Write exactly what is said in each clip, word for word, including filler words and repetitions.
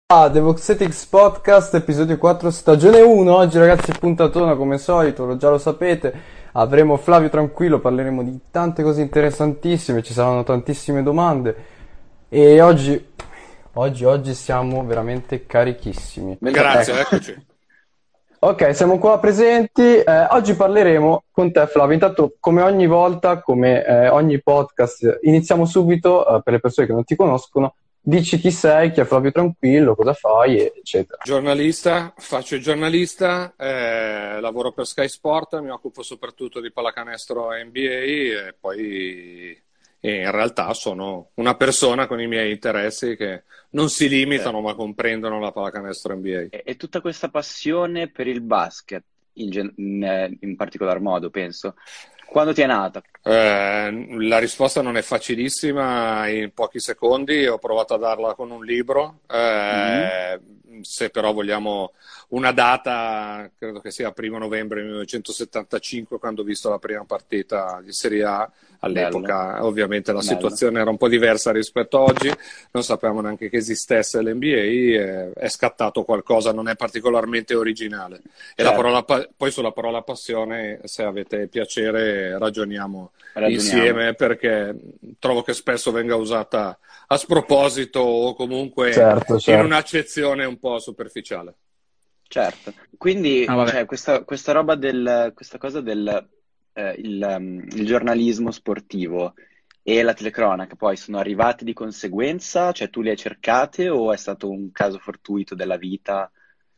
Ah, The Voxetics Podcast, episodio quattro, stagione uno. Oggi ragazzi puntatona come solito, lo- già lo sapete. Avremo Flavio Tranquillo, parleremo di tante cose interessantissime, ci saranno tantissime domande. E oggi, oggi, oggi siamo veramente carichissimi. Grazie, Ecco. eccoci. Ok, siamo qua presenti. Eh, oggi parleremo con te, Flavio. Intanto, come ogni volta, come eh, ogni podcast, iniziamo subito, eh, per le persone che non ti conoscono, dici chi sei, chi è Flavio Tranquillo, cosa fai, eccetera. Giornalista, faccio il giornalista, eh, lavoro per Sky Sport, mi occupo soprattutto di pallacanestro N B A e poi e in realtà sono una persona con i miei interessi che non si limitano Certo. ma comprendono la pallacanestro N B A. E, e tutta questa passione per il basket, in, gen- in, eh, in particolar modo, penso, quando ti è nata? Eh, la risposta non è facilissima in pochi secondi, ho provato a darla con un libro, Mhm. eh, se però vogliamo una data, credo che sia primo novembre millenovecentosettantacinque quando ho visto la prima partita di Serie A. Bello, All'epoca ovviamente la bello. situazione era un po' diversa rispetto a oggi, non sapevamo neanche che esistesse l'N B A, eh, è scattato qualcosa, non è particolarmente originale. E la Certo, parola pa- poi sulla parola passione, se avete piacere, ragioniamo ragioniamo. insieme perché trovo che spesso venga usata a sproposito o comunque Certo, in certo. un'accezione un po' superficiale. Certo. Quindi, Ah, vabbè. cioè, questa, questa roba del, questa cosa del eh, il, um, il giornalismo sportivo e la telecronaca poi sono arrivati di conseguenza? Cioè, tu le hai cercate o è stato un caso fortuito della vita?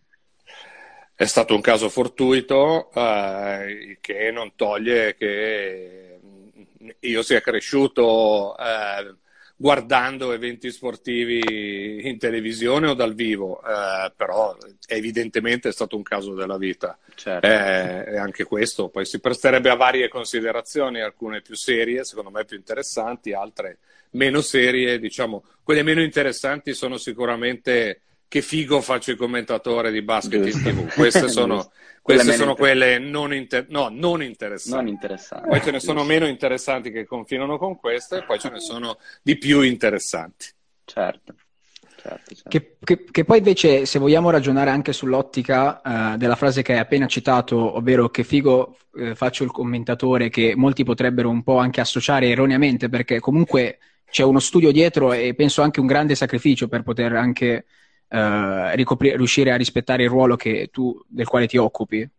È stato un caso fortuito, eh, che non toglie che io sia cresciuto eh, guardando eventi sportivi in televisione o dal vivo, eh, però evidentemente è stato un caso della vita. Certo. Eh, e anche questo poi si presterebbe a varie considerazioni, alcune più serie, secondo me più interessanti, altre meno serie. Diciamo, quelle meno interessanti sono sicuramente che figo faccio il commentatore di basket in Giusto, T V. Queste sono, giusto. Quella queste meno sono inter- quelle non, inter- no, non non interessanti. Poi ce interessante, ne sono giusto. meno interessanti che confinano con queste, e poi ce ne sono di più interessanti. Certo, certo, certo. Che, che- che poi invece, se vogliamo ragionare anche sull'ottica eh, della frase che hai appena citato, ovvero che figo eh, faccio il commentatore, che molti potrebbero un po' anche associare erroneamente, perché comunque c'è uno studio dietro e penso anche un grande sacrificio per poter anche eh, ricopri- riuscire a rispettare il ruolo che tu, del quale ti occupi.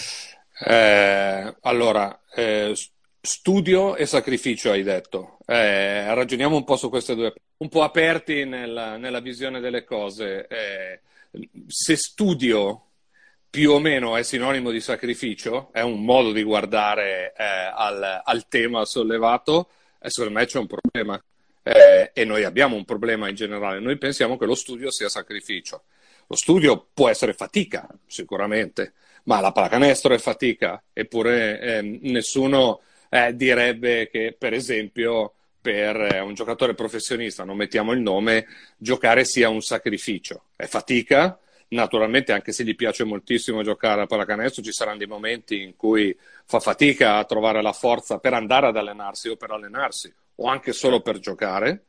Eh, allora, eh, s- studio e sacrificio hai detto. Eh, ragioniamo un po' su queste due, un po' aperti nella, nella visione delle cose. Eh, se studio più o meno è sinonimo di sacrificio, è un modo di guardare eh, al, al tema sollevato, e secondo me c'è un problema. Eh, e noi abbiamo un problema in generale. Noi pensiamo che lo studio sia sacrificio. Lo studio può essere fatica, sicuramente, ma la pallacanestro è fatica, eppure eh, nessuno eh, direbbe che, per esempio, per eh, un giocatore professionista, non mettiamo il nome, giocare sia un sacrificio. È fatica, naturalmente, anche se gli piace moltissimo giocare a pallacanestro, ci saranno dei momenti in cui fa fatica a trovare la forza per andare ad allenarsi o per allenarsi, o anche solo Certo. per giocare.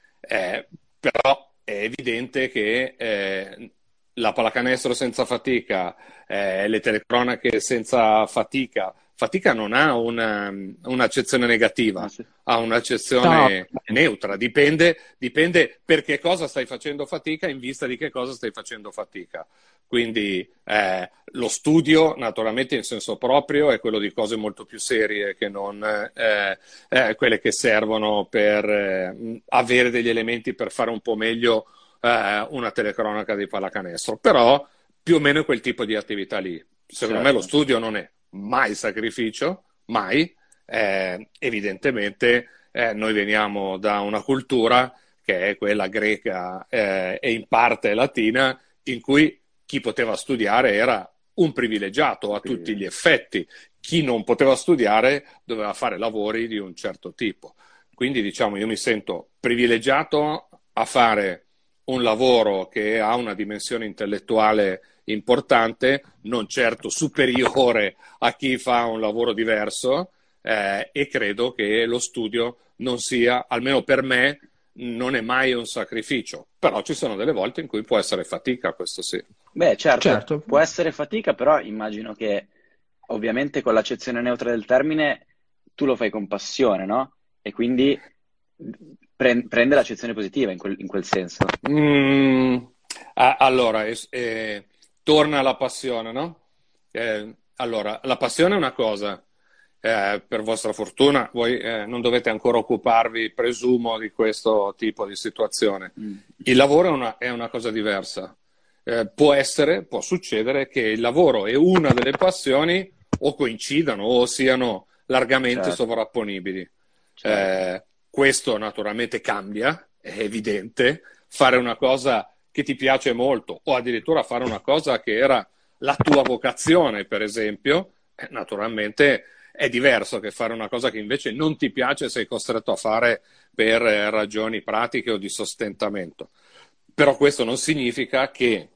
Eh, però è evidente che eh, la pallacanestro senza fatica, eh, le telecronache senza fatica, fatica non ha una, un'accezione No, negativa, sì. ha No, no, un'accezione neutra, dipende, dipende per che cosa stai facendo fatica in vista di che cosa stai facendo fatica. Quindi eh, lo studio, naturalmente in senso proprio, è quello di cose molto più serie che non eh, eh, quelle che servono per eh, avere degli elementi per fare un po' meglio eh, una telecronaca di pallacanestro. Però più o meno è quel tipo di attività lì. Secondo me lo Certo. studio non è mai sacrificio, mai. Eh, evidentemente eh, noi veniamo da una cultura che è quella greca eh, e in parte latina, in cui chi poteva studiare era un privilegiato a tutti gli Quindi, effetti. Chi non poteva studiare doveva fare lavori di un certo tipo. Quindi, diciamo, io mi sento privilegiato a fare un lavoro che ha una dimensione intellettuale importante, non certo superiore a chi fa un lavoro diverso, eh, e credo che lo studio non sia, almeno per me, non è mai un sacrificio, però ci sono delle volte in cui può essere fatica, questo sì. Beh, certo, Certo. può essere fatica, però immagino che ovviamente con l'accezione neutra del termine tu lo fai con passione, no? E quindi pre- prende l'accezione positiva in quel, in quel senso. Mm, a- allora, es- eh, torna alla passione, no? Eh, allora, la passione è una cosa, eh, per vostra fortuna, voi eh, non dovete ancora occuparvi, presumo, di questo tipo di situazione. Mm. Il lavoro è una, è una cosa diversa. Eh, può essere, può succedere che il lavoro e una delle passioni o coincidano o siano largamente Certo, sovrapponibili. certo, Eh, questo naturalmente cambia, è evidente. Fare una cosa che ti piace molto o addirittura fare una cosa che era la tua vocazione, per esempio, eh, naturalmente è diverso che fare una cosa che invece non ti piace e sei costretto a fare per eh, ragioni pratiche o di sostentamento. Però questo non significa che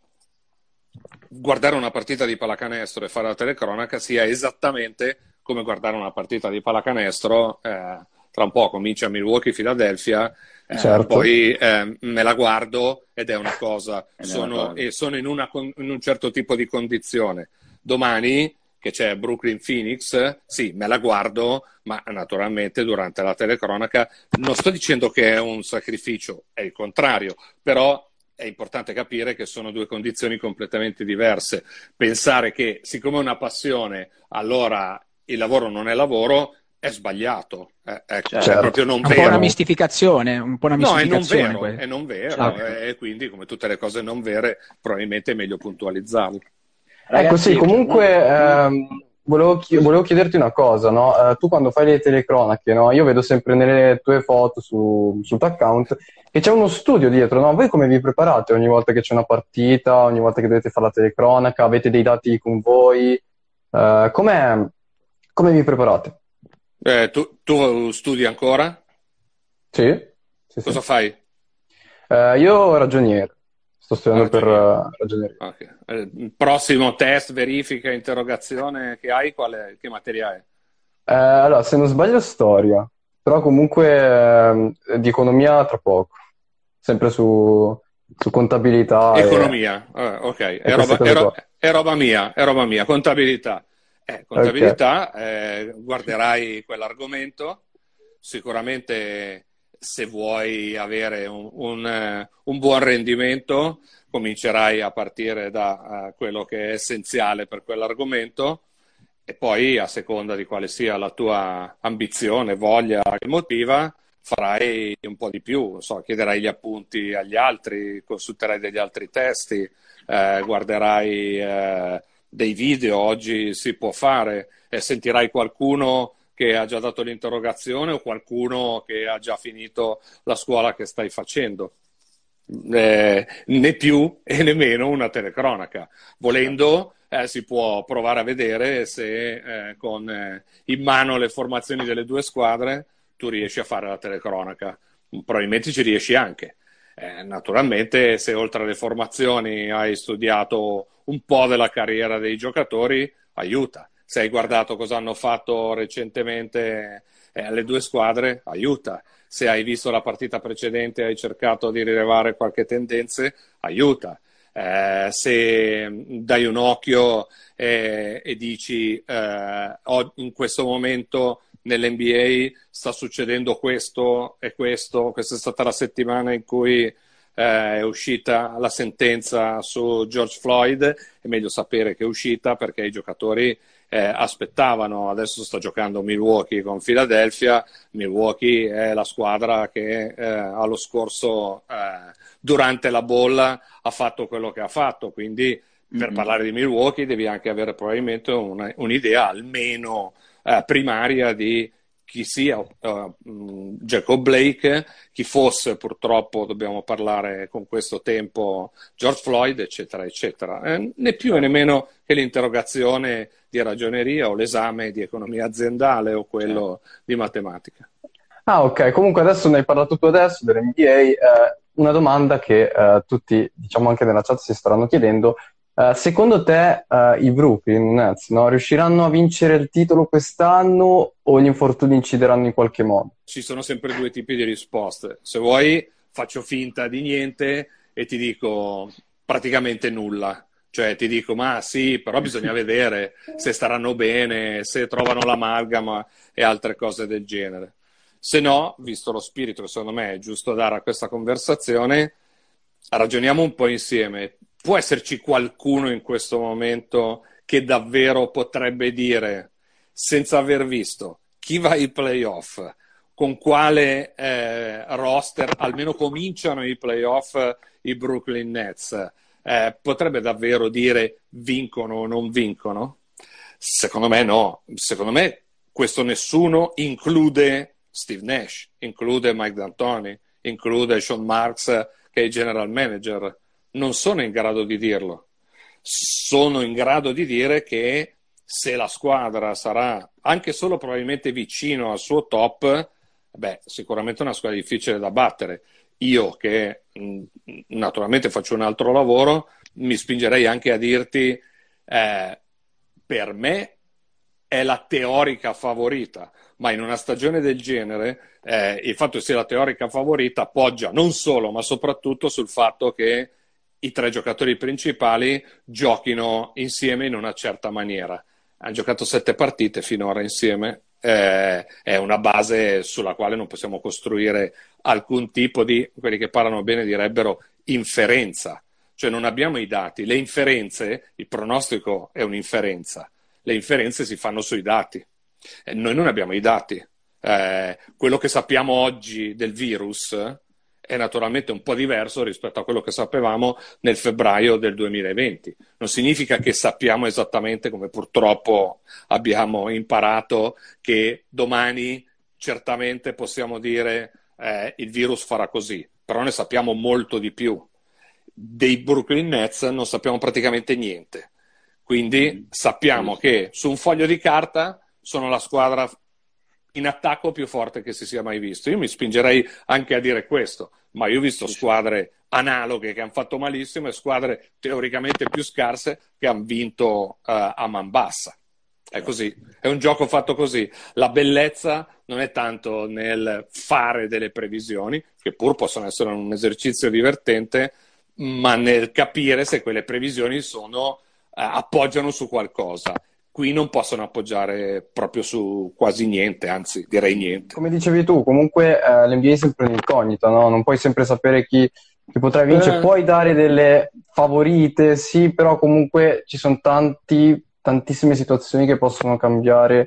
guardare una partita di pallacanestro e fare la telecronaca sia esattamente come guardare una partita di pallacanestro. Eh, tra un po' comincia Milwaukee Philadelphia, eh, Certo. poi eh, me la guardo ed è una cosa, ed è una sono, cosa. e sono in, una, con- in un certo tipo di condizione. Domani che c'è Brooklyn Phoenix, sì, me la guardo, ma naturalmente durante la telecronaca non sto dicendo che è un sacrificio, è il contrario, però è importante capire che sono due condizioni completamente diverse. Pensare che siccome è una passione, allora il lavoro non è lavoro, è sbagliato. Eh, ecco, Certo. è proprio non È un po' una vero. mistificazione, un po' una No, è non mistificazione vero, quella. è non vero, Certo. e quindi come tutte le cose non vere, probabilmente è meglio puntualizzarle. Ecco, sì, Ragazzi, comunque no, ehm, volevo, chi- volevo chiederti una cosa, no? Eh, tu quando fai le telecronache, no? Io vedo sempre nelle tue foto su, sul tuo account che c'è uno studio dietro, no? Voi come vi preparate ogni volta che c'è una partita, ogni volta che dovete fare la telecronaca, avete dei dati con voi? Eh, com'è- come vi preparate? Eh, tu, tu studi ancora? Sì? Sì, sì. Cosa fai? Eh, io ragioniere, sto studiando per Ragioniere. eh, ragioneria. Ok. Eh, il prossimo test, verifica, interrogazione che hai, quale, che materia è? Eh, allora, se non sbaglio storia, però comunque ehm, di economia tra poco, sempre su, su contabilità e, Economia, eh, ok, e è queste roba, cose è ro- qua. è roba mia, è roba mia, contabilità. Eh, Ok, contabilità, eh, guarderai quell'argomento, sicuramente se vuoi avere un, un, eh, un buon rendimento, comincerai a partire da eh, quello che è essenziale per quell'argomento e poi a seconda di quale sia la tua ambizione, voglia che motiva, farai un po' di più, non so, chiederai gli appunti agli altri, consulterai degli altri testi, eh, guarderai eh, dei video, oggi si può fare, e sentirai qualcuno che ha già dato l'interrogazione o qualcuno che ha già finito la scuola che stai facendo. Eh, né più e nemmeno una telecronaca. Volendo, eh, si può provare a vedere se eh, con eh, in mano le formazioni delle due squadre tu riesci a fare la telecronaca. Probabilmente ci riesci anche. Eh, naturalmente, se oltre alle formazioni hai studiato un po' della carriera dei giocatori, aiuta. Se hai guardato cosa hanno fatto recentemente eh, le due squadre, aiuta. Se hai visto la partita precedente e hai cercato di rilevare qualche tendenza, aiuta. Eh, se dai un occhio eh, e dici eh, in questo momento nell'N B A sta succedendo questo e questo, questa è stata la settimana in cui eh, è uscita la sentenza su George Floyd, è meglio sapere che è uscita perché i giocatori eh, aspettavano, adesso sta giocando Milwaukee con Philadelphia, Milwaukee è la squadra che eh, allo scorso, eh, durante la bolla, ha fatto quello che ha fatto, quindi per mm-mm. parlare di Milwaukee devi anche avere probabilmente una, un'idea almeno eh, primaria di chi sia uh, Jacob Blake, chi fosse purtroppo, dobbiamo parlare con questo tempo, George Floyd, eccetera, eccetera. Eh, né più e nemmeno che l'interrogazione di ragioneria o l'esame di economia aziendale o quello Certo. di matematica. ah ok, comunque adesso ne hai parlato tu adesso dell'N B A, eh, una domanda che eh, tutti, diciamo anche nella chat, si staranno chiedendo, Eh, secondo te, eh, i Brooklyn Nets, no, riusciranno a vincere il titolo quest'anno o gli infortuni incideranno in qualche modo? Ci sono sempre due tipi di risposte. Se vuoi, faccio finta di niente e ti dico praticamente nulla. Cioè ti dico, ma sì, però bisogna vedere se staranno bene, se trovano l'amalgama e altre cose del genere. Se no, visto lo spirito che secondo me è giusto dare a questa conversazione, ragioniamo un po' insieme. Può esserci qualcuno in questo momento che davvero potrebbe dire, senza aver visto chi va ai playoff, con quale eh, roster almeno cominciano i playoff i Brooklyn Nets, eh, potrebbe davvero dire vincono o non vincono? Secondo me no. Secondo me questo nessuno include Steve Nash, include Mike D'Antoni, include Sean Marks, che è il general manager. Non sono in grado di dirlo. Sono in grado di dire che se la squadra sarà anche solo probabilmente vicino al suo top, beh, sicuramente è una squadra difficile da battere. Io che mh, naturalmente faccio un altro lavoro, mi spingerei anche a dirti, eh, per me è la teorica favorita, ma in una stagione del genere eh, il fatto che sia la teorica favorita poggia non solo, ma soprattutto sul fatto che i tre giocatori principali giochino insieme in una certa maniera. Hanno giocato sette partite finora insieme, eh, è una base sulla quale non possiamo costruire alcun tipo di, quelli che parlano bene direbbero, inferenza. Cioè non abbiamo i dati. Le inferenze, il pronostico è un'inferenza. Le inferenze si fanno sui dati. Eh, noi non abbiamo i dati. Eh, quello che sappiamo oggi del virus è naturalmente un po' diverso rispetto a quello che sapevamo nel febbraio del duemilaventi. Non significa che sappiamo esattamente, come purtroppo abbiamo imparato, che domani certamente possiamo dire eh, il virus farà così, però ne sappiamo molto di più. Dei Brooklyn Nets non sappiamo praticamente niente. Quindi sappiamo che su un foglio di carta sono la squadra in attacco più forte che si sia mai visto. Io mi spingerei anche a dire questo, ma io ho visto squadre analoghe che hanno fatto malissimo e squadre teoricamente più scarse che hanno vinto uh, a man bassa. È così, è un gioco fatto così. La bellezza non è tanto nel fare delle previsioni, che pur possono essere un esercizio divertente, ma nel capire se quelle previsioni sono, uh, appoggiano su qualcosa. Qui non possono appoggiare proprio su quasi niente, anzi direi niente. Come dicevi tu, comunque eh, l'N B A è sempre un'incognita, no? Non puoi sempre sapere chi, chi potrà vincere, Eh. puoi dare delle favorite, sì, però comunque ci sono tanti, tantissime situazioni che possono cambiare,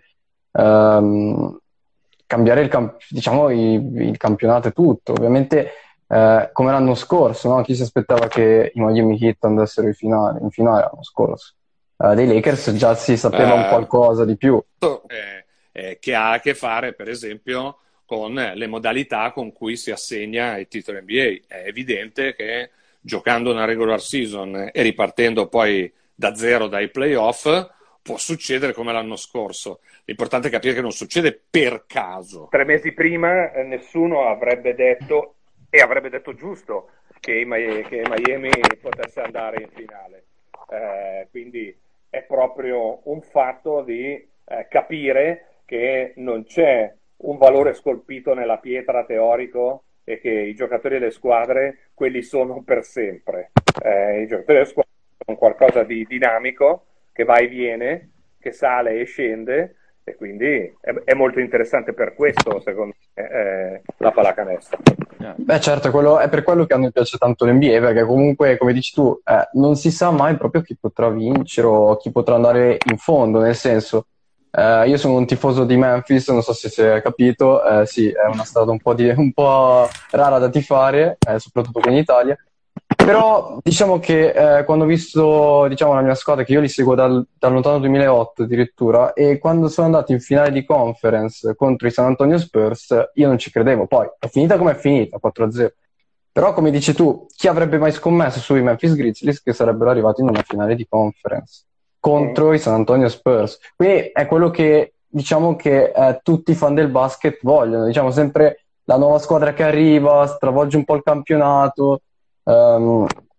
ehm, cambiare il, camp- diciamo, i- il campionato e tutto. Ovviamente eh, come l'anno scorso, no? Chi si aspettava che i Miami Heat andassero in finale, in finale l'anno scorso? Eh, dei Lakers già si sapeva un Eh, qualcosa di più. eh, eh, che ha a che fare, per esempio, con le modalità con cui si assegna il titolo N B A. È evidente che giocando una regular season e ripartendo poi da zero dai playoff può succedere come l'anno scorso. L'importante è capire che non succede per caso. Tre mesi prima eh, nessuno avrebbe detto, e avrebbe detto giusto, che, i Mi- che Miami potesse andare in finale. Eh, quindi è proprio un fatto di eh, capire che non c'è un valore scolpito nella pietra teorico e che i giocatori delle squadre, quelli sono per sempre. Eh, i giocatori delle squadre sono qualcosa di dinamico, che va e viene, che sale e scende, e quindi è, è molto interessante per questo, secondo me, eh, la pallacanestro. Beh, certo, quello- è per quello che a noi piace tanto l'N B A, perché comunque, come dici tu, eh, non si sa mai proprio chi potrà vincere o chi potrà andare in fondo, nel senso, eh, io sono un tifoso di Memphis, non so se si è capito, eh, sì, è una strada un po', di- un po' rara da tifare, eh, soprattutto qui in Italia, però diciamo che eh, quando ho visto, diciamo, la mia squadra, che io li seguo dal, dal lontano duemilaotto addirittura, e quando sono andato in finale di conference contro i San Antonio Spurs, io non ci credevo. Poi è finita come è finita, quattro a zero. Però come dici tu, chi avrebbe mai scommesso sui Memphis Grizzlies che sarebbero arrivati in una finale di conference contro i San Antonio Spurs? Quindi è quello che diciamo che eh, tutti i fan del basket vogliono, diciamo sempre la nuova squadra che arriva, stravolge un po' il campionato. Um,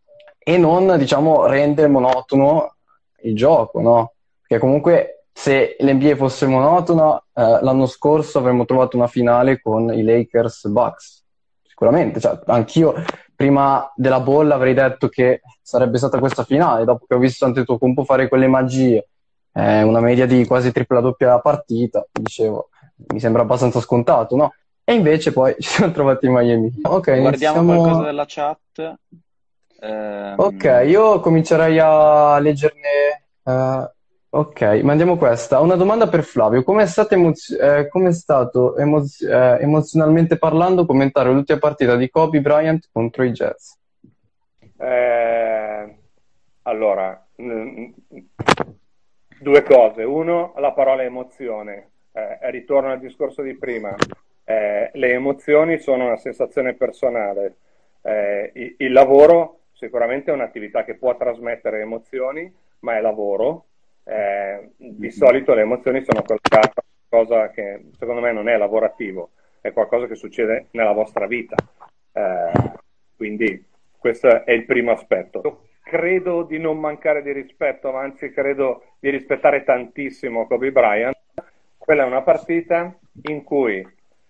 e non, diciamo, rendere monotono il gioco, no? Perché comunque se l'N B A fosse monotono, eh, l'anno scorso avremmo trovato una finale con i Lakers Bucks. Sicuramente, cioè, anch'io prima della bolla avrei detto che sarebbe stata questa finale, dopo che ho visto Antetokounmpo fare quelle magie, eh, una media di quasi tripla doppia alla partita, dicevo, mi sembra abbastanza scontato, no? E invece poi ci siamo trovati in Miami. Ok, Guardiamo qualcosa iniziamo. dalla chat. Ok, Ehm, io comincerei a leggerne. eh, ok, mandiamo questa. Una domanda per Flavio. Come è stato, emozio- eh, come è stato emozio- eh, emozionalmente parlando commentare l'ultima partita di Kobe Bryant contro i Jazz? Eh, allora, mh, due cose. Uno, la parola emozione. Eh, ritorno al discorso di prima. Eh, le emozioni sono una sensazione personale. Eh, il, il lavoro sicuramente è un'attività che può trasmettere emozioni, ma è lavoro. Eh, di solito le emozioni sono collegate a qualcosa che secondo me non è lavorativo, è qualcosa che succede nella vostra vita. Eh, quindi questo è il primo aspetto. Credo di non mancare di rispetto, ma anzi credo di rispettare tantissimo Kobe Bryant. Quella è una partita in cui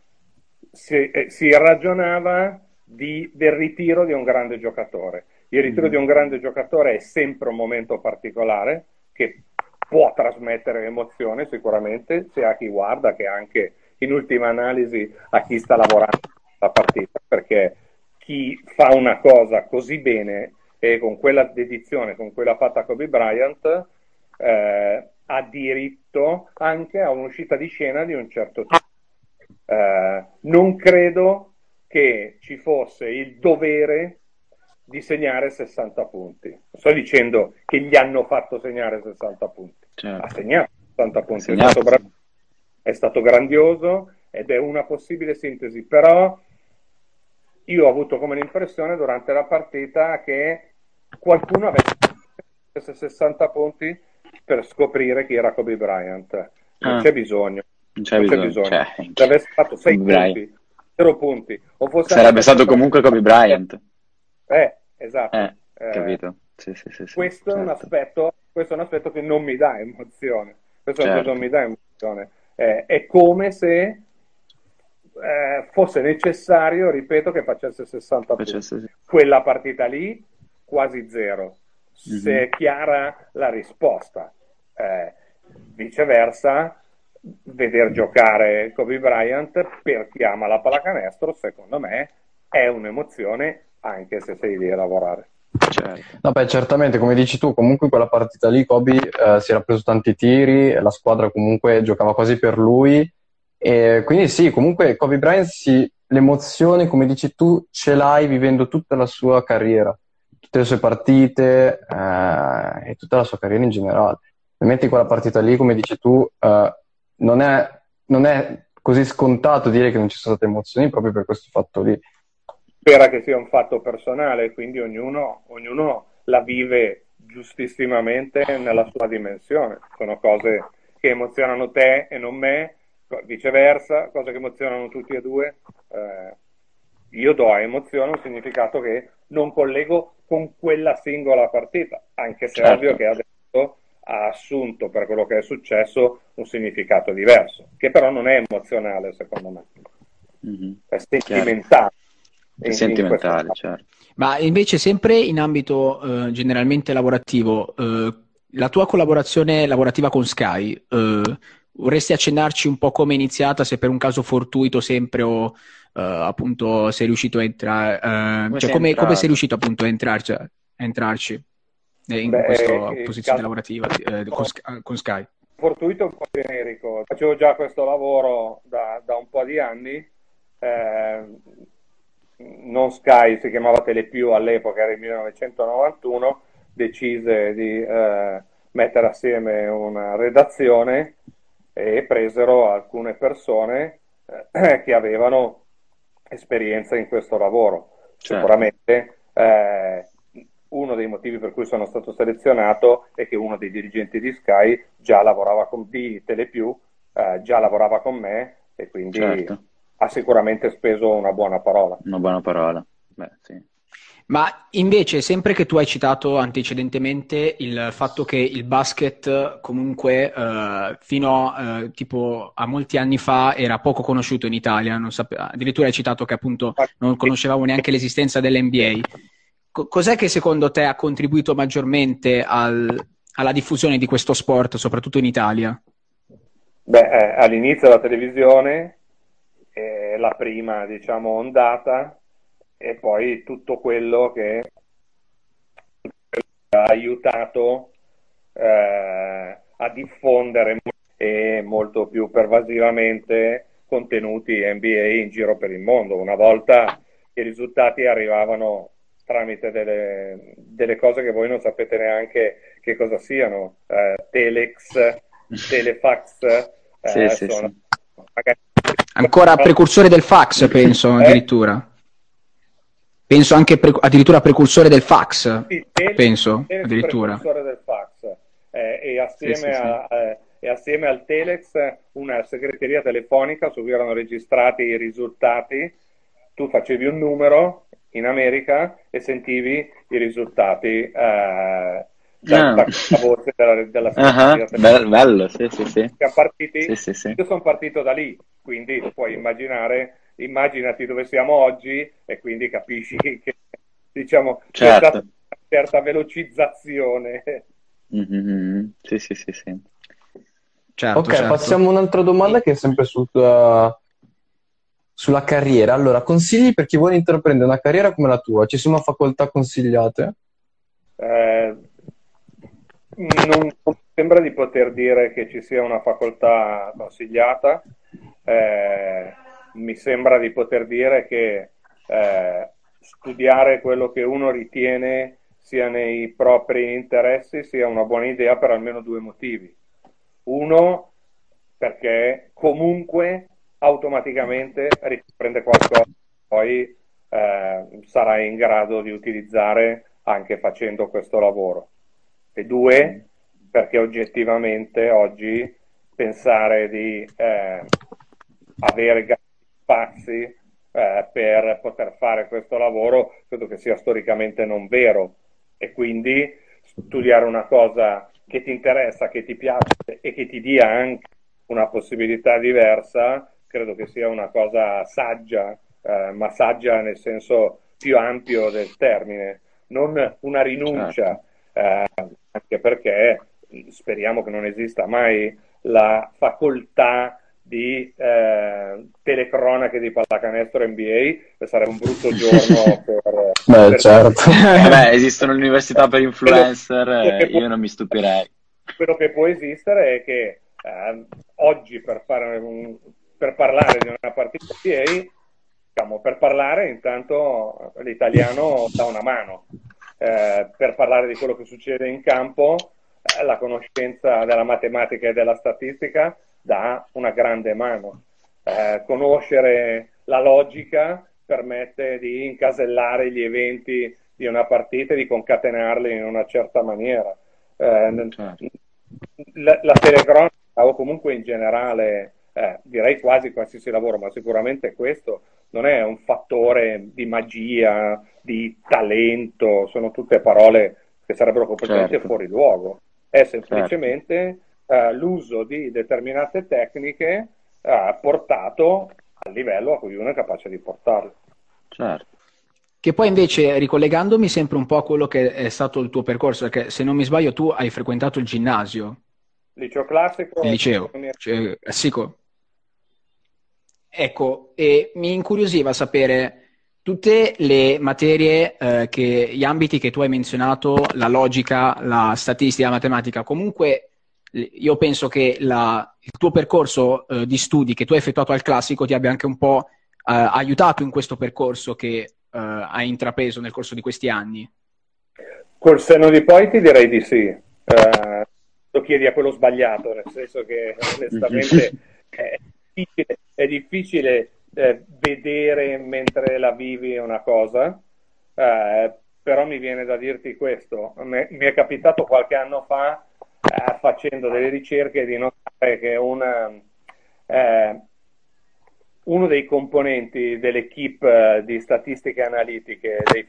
si, eh, si ragionava di, del ritiro di un grande giocatore. Il ritiro di un grande giocatore è sempre un momento particolare che può trasmettere emozione sicuramente, sia a chi guarda che anche in ultima analisi a chi sta lavorando la partita, perché chi fa una cosa così bene e con quella dedizione, con quella fatta Kobe Bryant, eh, ha diritto anche a un'uscita di scena di un certo tipo. Eh, non credo che ci fosse il dovere di segnare sessanta punti. Non sto dicendo che gli hanno fatto segnare sessanta punti. certo. Ha segnato sessanta Ha punti, è segnato, stato, bra- sì. è stato grandioso ed è una possibile sintesi, però io ho avuto come l'impressione durante la partita che qualcuno avesse sessanta punti per scoprire chi era Kobe Bryant. Non Ah, c'è bisogno, non c'è non c'è bisogno. bisogno. Cioè, Se avesse fatto sei Kobe Bryant. punti, zero punti, o fosse anche Sarebbe stato stato comunque Kobe Bryant. eh, esatto. Eh, Eh, capito? Sì, sì, sì, sì, questo è un certo. aspetto, questo è un aspetto che non mi dà emozione. Questo è un aspetto che non Certo. mi dà emozione. Eh, è come se eh, fosse necessario, ripeto, che facesse sessanta punti. Facesse sì. Quella partita lì, quasi zero. Se Mhm. è chiara la risposta. Eh, viceversa, veder giocare Kobe Bryant per chi ama la pallacanestro, secondo me, è un'emozione anche se sei lì a lavorare. Certo. No, beh, certamente, come dici tu, comunque in quella partita lì Kobe eh, si era preso tanti tiri, la squadra comunque giocava quasi per lui, e quindi sì, comunque Kobe Bryant sì, l'emozione, come dici tu, ce l'hai vivendo tutta la sua carriera, tutte le sue partite eh, e tutta la sua carriera in generale. Ovviamente in quella partita lì, come dici tu, eh, non è, non è così scontato dire che non ci sono state emozioni proprio per questo fatto lì. Spera che sia un fatto personale, quindi ognuno, ognuno la vive giustissimamente nella sua dimensione. Sono cose che emozionano te e non me, viceversa, cose che emozionano tutti e due. Eh, io do a emozione un significato che non collego con quella singola partita, anche se è ovvio Certo. che adesso ha assunto per quello che è successo un significato diverso, che però non è emozionale secondo me, Mhm. è Chiaro. sentimentale. È In, in questo sentimentale, caso. certo. Ma invece sempre in ambito eh, generalmente lavorativo, eh, la tua collaborazione lavorativa con Sky, eh, vorresti accennarci un po' come è iniziata, se per un caso fortuito sempre o eh, appunto sei riuscito a entrare, eh, Come cioè sei come, come sei entrato? riuscito appunto a entrarci, a entrarci eh, in Beh, questa eh, il posizione caso lavorativa eh, con, Sky- con Sky? fortuito è un po' generico. Facevo già questo lavoro da, da un po' di anni. eh, non Sky, si chiamava Telepiù all'epoca, era il millenovecentonovantuno, decise di eh, mettere assieme una redazione e presero alcune persone eh, che avevano esperienza in questo lavoro. Certo. Sicuramente eh, uno dei motivi per cui sono stato selezionato è che uno dei dirigenti di Sky già lavorava con di Telepiù, eh, già lavorava con me e quindi Certo. ha sicuramente speso una buona parola. Una buona parola. Beh, sì. Ma invece, sempre che tu hai citato antecedentemente il fatto che il basket comunque eh, fino a, eh, tipo a molti anni fa era poco conosciuto in Italia, non sape- addirittura hai citato che appunto non conoscevamo neanche l'esistenza dell'N B A. Co- cos'è che secondo te ha contribuito maggiormente al- alla diffusione di questo sport, soprattutto in Italia? Beh, eh, all'inizio la televisione, eh, la prima, diciamo, ondata, e poi tutto quello che ha aiutato eh, a diffondere e molto più pervasivamente contenuti N B A in giro per il mondo. Una volta i risultati arrivavano tramite delle, delle cose che voi non sapete neanche che cosa siano, eh, telex, telefax, Sì, eh, sì, sono sì. magari Ancora precursore del fax, penso, eh, addirittura. Penso anche pre- addirittura precursore del fax, sì, telex, penso, telex addirittura. precursore del fax, eh, e, Sì, sì, assieme sì. a, eh, e assieme al telex una segreteria telefonica su cui erano registrati i risultati. Tu facevi un numero in America e sentivi i risultati eh, da, Ah. da questa voce della, della Ah, segreteria telefonica. be- bello, sì, sì, sì. Siamo partiti, Sì, sì, sì. io sono partito da lì, quindi puoi immaginare, immaginati dove siamo oggi e quindi capisci che, diciamo, c'è stata Certo. una certa velocizzazione. Mhm. Sì, sì, sì, sì. Certo, Ok, certo. passiamo a un'altra domanda che è sempre sul, uh, sulla carriera. Allora, consigli per chi vuole intraprendere una carriera come la tua? Ci sono facoltà consigliate? Eh, non, non sembra di poter dire che ci sia una facoltà consigliata. Eh, mi sembra di poter dire che eh, studiare quello che uno ritiene sia nei propri interessi sia una buona idea per almeno due motivi. Uno, perché comunque automaticamente riprende qualcosa, poi eh, sarai in grado di utilizzare anche facendo questo lavoro. E due, perché oggettivamente oggi pensare di eh, avere grandi spazi eh, per poter fare questo lavoro credo che sia storicamente non vero, e quindi studiare una cosa che ti interessa, che ti piace e che ti dia anche una possibilità diversa, credo che sia una cosa saggia, eh, ma saggia nel senso più ampio del termine, non una Certo. rinuncia, eh, anche perché speriamo che non esista mai la facoltà di eh, telecronache di pallacanestro N B A, sarebbe un brutto giorno per, Beh, per certo. Vabbè, esistono università per quello, influencer, quello eh, che può, io non mi stupirei. quello che può esistere è che eh, oggi per, fare un, per parlare di una partita N B A, diciamo, per parlare intanto l'italiano dà una mano. Eh, per parlare di quello che succede in campo, eh, la conoscenza della matematica e della statistica dà una grande mano. Eh, conoscere la logica permette di incasellare gli eventi di una partita e di concatenarli in una certa maniera. Eh, Certo. la, la telecronaca o comunque in generale, eh, direi quasi qualsiasi lavoro, ma sicuramente questo non è un fattore di magia, di talento, sono tutte parole che sarebbero completamente Certo, fuori luogo. È certo, semplicemente eh, l'uso di determinate tecniche eh, portato al livello a cui uno è capace di portarlo. certo. Che poi invece, ricollegandomi sempre un po' a quello che è stato il tuo percorso, perché se non mi sbaglio tu hai frequentato il ginnasio, Liceo il classico, liceo, economia. cioè, classico. Ecco, e mi incuriosiva sapere tutte le materie, eh, che, gli ambiti che tu hai menzionato, la logica, la statistica, la matematica, comunque l- io penso che la- il tuo percorso, eh, di studi che tu hai effettuato al classico ti abbia anche un po', eh, aiutato in questo percorso che, eh, hai intrapreso nel corso di questi anni. Col senno di poi ti direi di sì. Eh, lo chiedi a quello sbagliato, nel senso che onestamente è difficile, è difficile eh, vedere mentre la vivi una cosa, eh, però mi viene da dirti questo. Me- mi è capitato qualche anno fa, eh, facendo delle ricerche, di notare che una, eh, uno dei componenti dell'equipe eh, di statistiche analitiche dei Philadelphia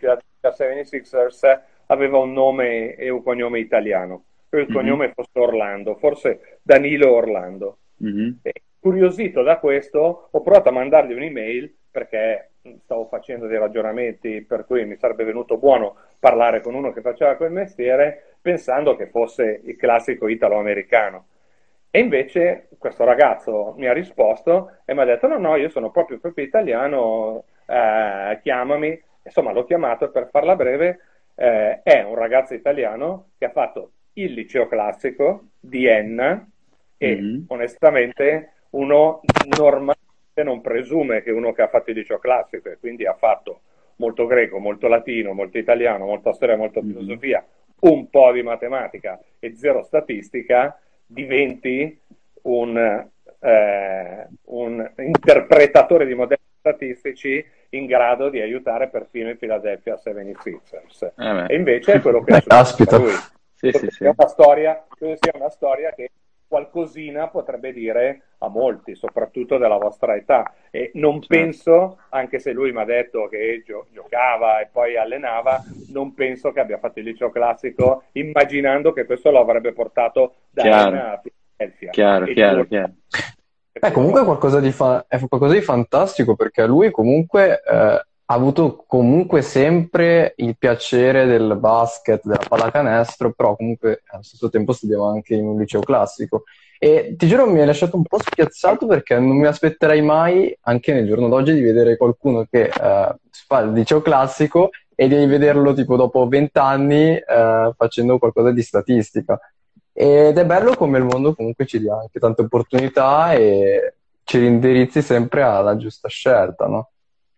Philadelphia settantasei aveva un nome e un cognome italiano. Il Mhm. cognome fosse Orlando, forse Danilo Orlando. Mhm. E, curiosito da questo, ho provato a mandargli un'email perché stavo facendo dei ragionamenti per cui mi sarebbe venuto buono parlare con uno che faceva quel mestiere, pensando che fosse il classico italo-americano. E invece questo ragazzo mi ha risposto e mi ha detto: no, no, io sono proprio proprio italiano, eh, chiamami. Insomma, l'ho chiamato e per farla breve, eh, è un ragazzo italiano che ha fatto il liceo classico di Enna e Mhm. onestamente uno normalmente non presume che uno che ha fatto il liceo classico e quindi ha fatto molto greco, molto latino, molto italiano, molta storia, molta Mhm. filosofia, un po' di matematica e zero statistica, diventi un, eh, un interpretatore di modelli statistici in grado di aiutare perfino i Philadelphia seventy-sixers. Eh beh. E invece è quello che è Eh, successo a caspita. lui. Sì, Credo sì, sì. sia una storia, credo sia una storia che qualcosina potrebbe dire a molti, soprattutto della vostra età. E non Certo. penso, anche se lui mi ha detto che gio- giocava e poi allenava, non penso che abbia fatto il liceo classico immaginando che questo lo avrebbe portato da Chiaro, Enna a Philadelphia. chiaro, E chiaro, giuro chiaro. che Beh, comunque è quello... qualcosa di, fa- è qualcosa di fantastico perché lui comunque eh, ha avuto comunque sempre il piacere del basket, della pallacanestro, però comunque allo stesso tempo studiava anche in un liceo classico. E ti giuro mi hai lasciato un po' spiazzato perché non mi aspetterei mai, anche nel giorno d'oggi, di vedere qualcuno che eh, fa il liceo classico e di vederlo tipo dopo vent'anni eh, facendo qualcosa di statistica. Ed è bello come il mondo comunque ci dia anche tante opportunità e ci indirizzi sempre alla giusta scelta, no?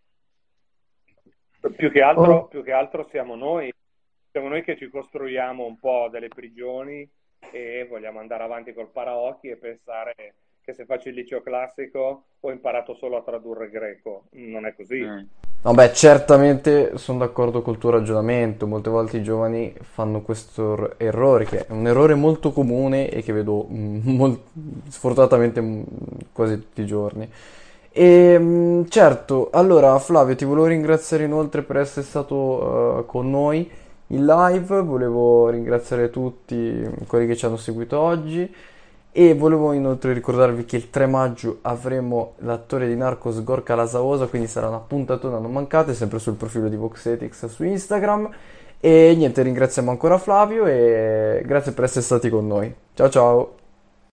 Più che Oh, altro, più che altro siamo noi, siamo noi che ci costruiamo un po' delle prigioni e vogliamo andare avanti col paraocchi e pensare che se faccio il liceo classico ho imparato solo a tradurre greco. Non è così. Eh, vabbè, certamente sono d'accordo col tuo ragionamento. Molte volte i giovani fanno questo er- errore, che è un errore molto comune e che vedo mm, mol- sfortunatamente mm, quasi tutti i giorni. E mm, certo, allora Flavio, ti volevo ringraziare inoltre per essere stato eh, con noi in live. Volevo ringraziare tutti quelli che ci hanno seguito oggi. E volevo inoltre ricordarvi che il tre maggio avremo l'attore di Narcos Gorka Lasaosa, quindi sarà una puntatona, non mancate, sempre sul profilo di Voxetics su Instagram. E niente, ringraziamo ancora Flavio e grazie per essere stati con noi. Ciao ciao!